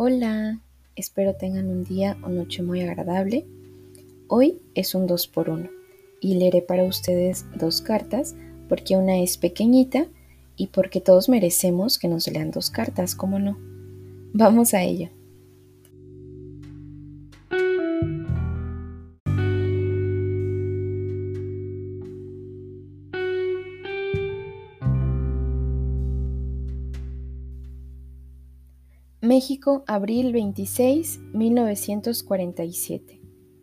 Hola, espero tengan un día o noche muy agradable. Hoy es un 2 por 1 y leeré para ustedes 2 cartas porque una es pequeñita y porque todos merecemos que nos lean 2 cartas, ¿cómo no? Vamos a ello. México, abril 26, 1947.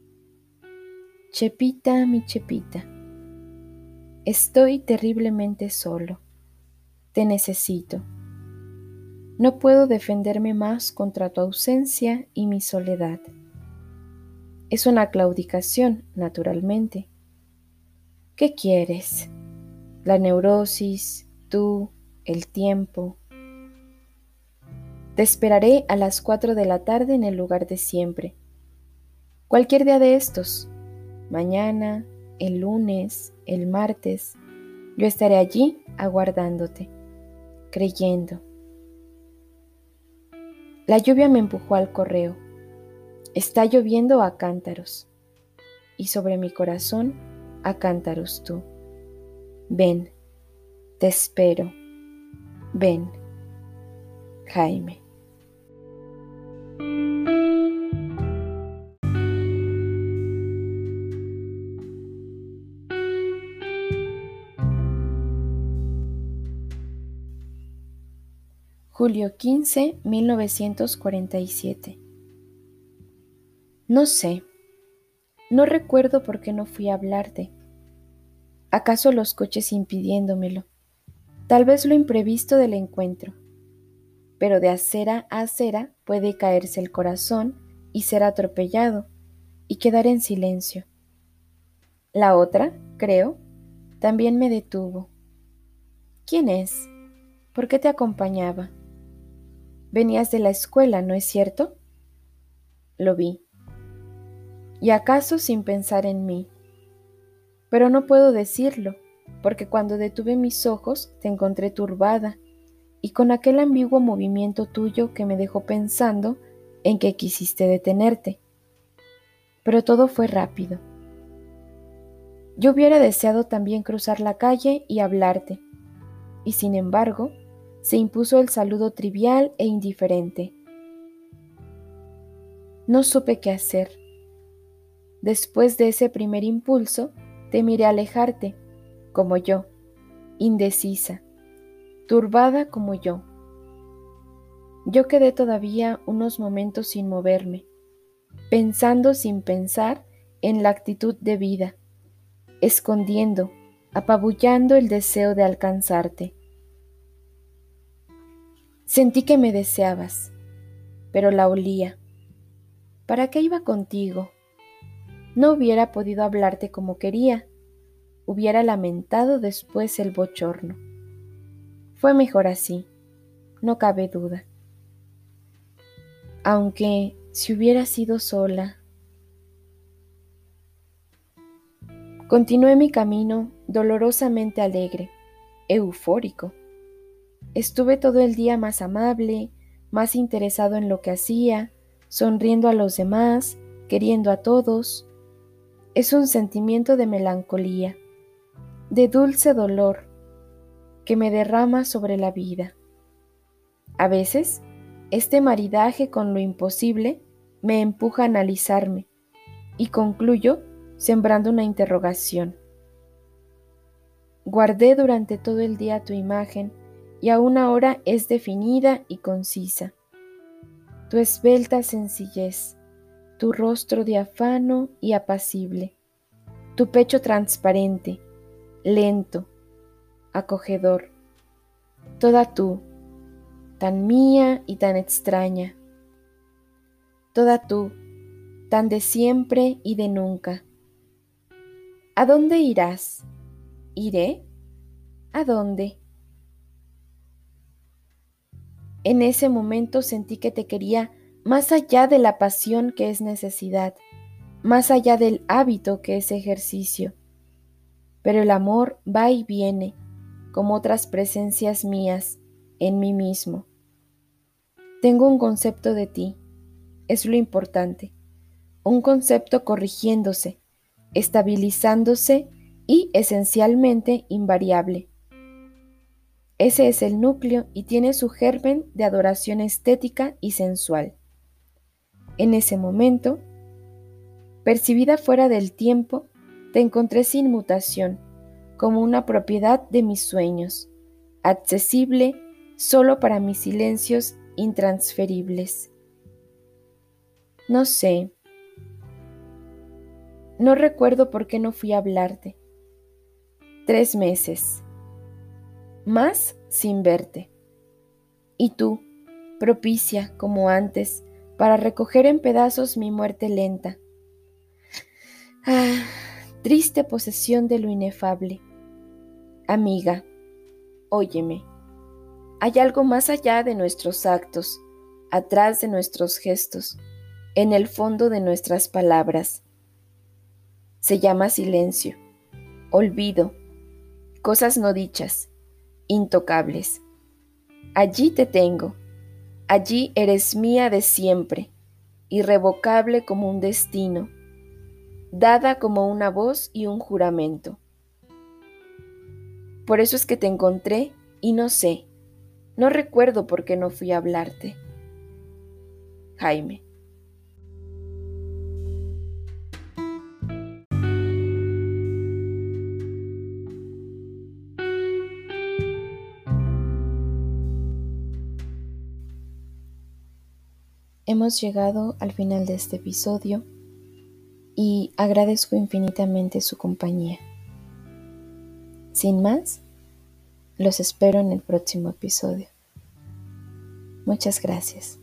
Chepita, mi Chepita, estoy terriblemente solo. Te necesito. No puedo defenderme más contra tu ausencia y mi soledad. Es una claudicación, naturalmente. ¿Qué quieres? La neurosis, tú, el tiempo. Te esperaré a las 4 de la tarde en el lugar de siempre. Cualquier día de estos. Mañana, el lunes, el martes. Yo estaré allí aguardándote, creyendo. La lluvia me empujó al correo. Está lloviendo a cántaros. Y sobre mi corazón a cántaros tú. Ven, te espero. Ven, Jaime. Julio 15, 1947. No sé, no recuerdo por qué no fui a hablarte. ¿Acaso los coches impidiéndomelo? Tal vez lo imprevisto del encuentro. Pero de acera a acera puede caerse el corazón y ser atropellado y quedar en silencio. La otra, creo, también me detuvo. ¿Quién es? ¿Por qué te acompañaba? Venías de la escuela, ¿no es cierto? Lo vi. ¿Y acaso sin pensar en mí? Pero no puedo decirlo, porque cuando detuve mis ojos te encontré turbada y con aquel ambiguo movimiento tuyo que me dejó pensando en que quisiste detenerte. Pero todo fue rápido. Yo hubiera deseado también cruzar la calle y hablarte, y sin embargo, se impuso el saludo trivial e indiferente. No supe qué hacer. Después de ese primer impulso, te miré alejarte, como yo, indecisa, turbada como yo. Yo quedé todavía unos momentos sin moverme, pensando sin pensar en la actitud de vida, escondiendo, apabullando el deseo de alcanzarte. Sentí que me deseabas, pero la olía. ¿Para qué iba contigo? No hubiera podido hablarte como quería, hubiera lamentado después el bochorno. Fue mejor así, no cabe duda. Aunque si hubiera sido sola. Continué mi camino dolorosamente alegre, eufórico. Estuve todo el día más amable, más interesado en lo que hacía, sonriendo a los demás, queriendo a todos. Es un sentimiento de melancolía, de dulce dolor, que me derrama sobre la vida. A veces, este maridaje con lo imposible me empuja a analizarme y concluyo sembrando una interrogación. Guardé durante todo el día tu imagen y aún ahora es definida y concisa. Tu esbelta sencillez, tu rostro diáfano y apacible, tu pecho transparente, lento, acogedor, toda tú, tan mía y tan extraña, toda tú, tan de siempre y de nunca. ¿A dónde irás? ¿Iré? ¿A dónde? En ese momento sentí que te quería más allá de la pasión que es necesidad, más allá del hábito que es ejercicio. Pero el amor va y viene, como otras presencias mías, en mí mismo. Tengo un concepto de ti, es lo importante, un concepto corrigiéndose, estabilizándose y esencialmente invariable. Ese es el núcleo y tiene su germen de adoración estética y sensual. En ese momento, percibida fuera del tiempo, te encontré sin mutación, como una propiedad de mis sueños, accesible solo para mis silencios intransferibles. No sé, no recuerdo por qué no fui a hablarte. 3 meses, más sin verte. Y tú, propicia como antes, para recoger en pedazos mi muerte lenta. Ah, triste posesión de lo inefable. Amiga, óyeme, hay algo más allá de nuestros actos, atrás de nuestros gestos, en el fondo de nuestras palabras. Se llama silencio, olvido, cosas no dichas, intocables. Allí te tengo, allí eres mía de siempre, irrevocable como un destino, dada como una voz y un juramento. Por eso es que te encontré y no sé, no recuerdo por qué no fui a hablarte. Jaime. Hemos llegado al final de este episodio y agradezco infinitamente su compañía. Sin más, los espero en el próximo episodio. Muchas gracias.